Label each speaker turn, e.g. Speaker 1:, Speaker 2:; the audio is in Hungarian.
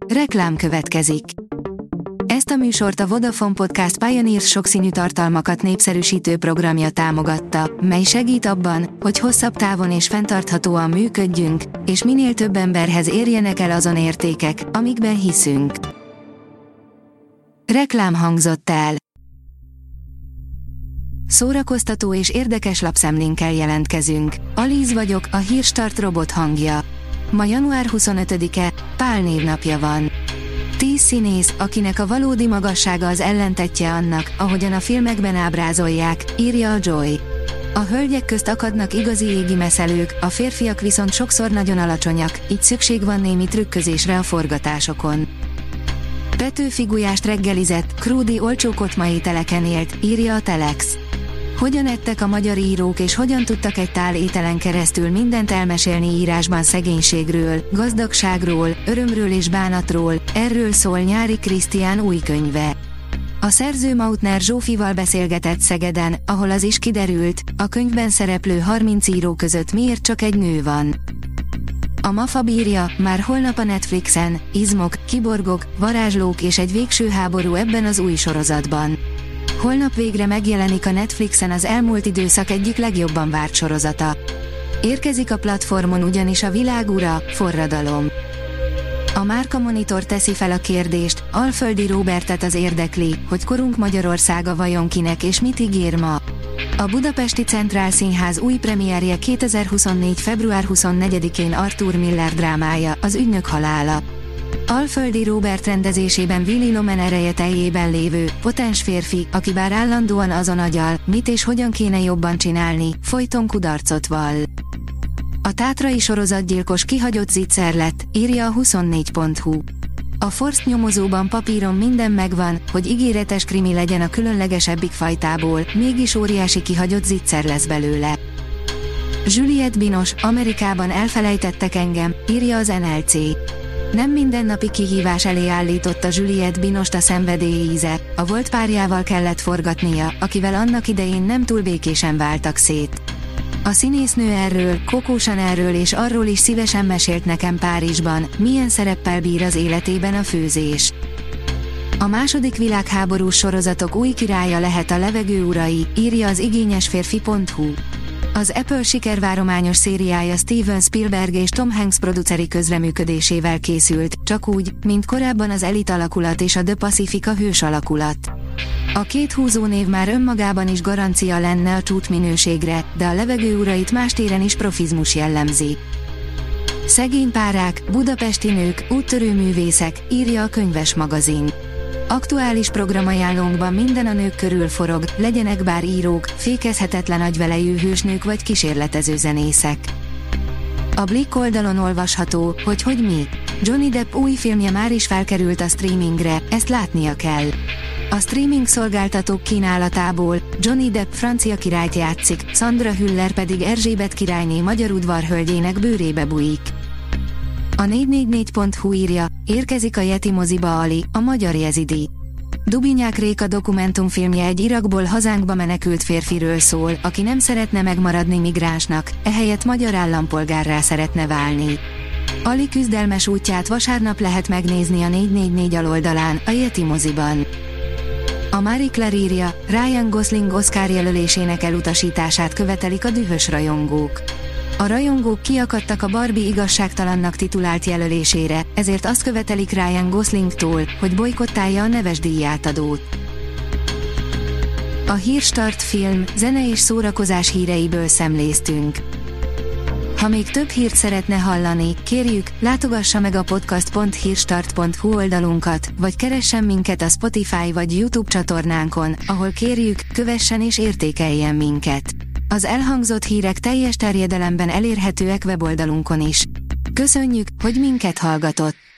Speaker 1: Reklám következik. Ezt a műsort a Vodafone Podcast Pioneers sokszínű tartalmakat népszerűsítő programja támogatta, mely segít abban, hogy hosszabb távon és fenntarthatóan működjünk, és minél több emberhez érjenek el azon értékek, amikben hiszünk. Reklám hangzott el. Szórakoztató és érdekes lapszemlénkkel jelentkezünk. Alíz vagyok, a Hírstart robot hangja. Ma január 25-e, Pál névnapja van. 10 színész, akinek a valódi magassága az ellentetje annak, ahogyan a filmekben ábrázolják, írja a Joy. A hölgyek közt akadnak igazi égi meszelők, a férfiak viszont sokszor nagyon alacsonyak, így szükség van némi trükközésre a forgatásokon. Petőfi Gulyást reggelizett, Krúdi olcsó kottmaételeken élt, írja a Telex. Hogyan ettek a magyar írók és hogyan tudtak egy tál ételen keresztül mindent elmesélni írásban szegénységről, gazdagságról, örömről és bánatról, erről szól Nyári Krisztián új könyve. A szerző Mautner Zsófival beszélgetett Szegeden, ahol az is kiderült, a könyvben szereplő 30 író között miért csak egy nő van. A Mafab írja, már holnap a Netflixen, izmok, kiborgok, varázslók és egy végső háború ebben az új sorozatban. Holnap végre megjelenik a Netflixen az elmúlt időszak egyik legjobban várt sorozata. Érkezik a platformon ugyanis a Világ ura, Forradalom. A Márka Monitor teszi fel a kérdést, Alföldi Róbertet az érdekli, hogy korunk Magyarországa vajon kinek és mit ígér ma. A Budapesti Centrál Színház új premierje 2024. február 24-én Arthur Miller drámája, az ügynök halála. Alföldi Róbert rendezésében Willy Loman ereje teljében lévő, potens férfi, aki bár állandóan azon agyal, mit és hogyan kéne jobban csinálni, folyton kudarcot vall. A tátrai sorozatgyilkos kihagyott zicser lett, írja a 24.hu. A Forst nyomozóban papíron minden megvan, hogy ígéretes krimi legyen a különlegesebbik fajtából, mégis óriási kihagyott zicser lesz belőle. Juliette Binoche, Amerikában elfelejtettek engem, írja az NLC. Nem mindennapi kihívás elé állította Juliette Binoche-t a szenvedély íze, a volt párjával kellett forgatnia, akivel annak idején nem túl békésen váltak szét. A színésznő erről, Coco Chanelről és arról is szívesen mesélt nekem Párizsban, milyen szereppel bír az életében a főzés. A második világháborús sorozatok új királya lehet a levegő urai, írja az igényesférfi.hu. Az Apple sikervárományos szériája Steven Spielberg és Tom Hanks produceri közreműködésével készült, csak úgy, mint korábban az Elite alakulat és a The Pacific a hős alakulat. A két húzónév már önmagában is garancia lenne a csúcsminőségre, de a levegő urait más téren is profizmus jellemzi. Szegény párák, budapesti nők, úttörő művészek, írja a Könyves magazin. Aktuális programajánlónkban minden a nők körül forog, legyenek bár írók, fékezhetetlen agyvelejű hősnők vagy kísérletező zenészek. A Blick oldalon olvasható, hogy mi. Johnny Depp új filmje már is felkerült a streamingre, ezt látnia kell. A streaming szolgáltatók kínálatából Johnny Depp francia királyt játszik, Sandra Hüller pedig Erzsébet királyné magyar udvarhölgyének bőrébe bújik. A 444.hu írja, érkezik a Yeti moziba Ali, a magyar jezidi. Dubinyák Réka dokumentumfilmje egy Irakból hazánkba menekült férfiről szól, aki nem szeretne megmaradni migránsnak, ehelyett magyar állampolgárrá szeretne válni. Ali küzdelmes útját vasárnap lehet megnézni a 444 aloldalán, a Yeti moziban. A Marie Claire írja, Ryan Gosling Oscar jelölésének elutasítását követelik a dühös rajongók. A rajongók kiakadtak a Barbie igazságtalannak titulált jelölésére, ezért azt követelik Ryan Goslingtól, hogy bojkottálja a neves díjátadót. A Hírstart film, zene és szórakozás híreiből szemléztünk. Ha még több hírt szeretne hallani, kérjük, látogassa meg a podcast.hírstart.hu oldalunkat, vagy keressen minket a Spotify vagy YouTube csatornánkon, ahol kérjük, kövessen és értékeljen minket. Az elhangzott hírek teljes terjedelemben elérhetőek weboldalunkon is. Köszönjük, hogy minket hallgatott!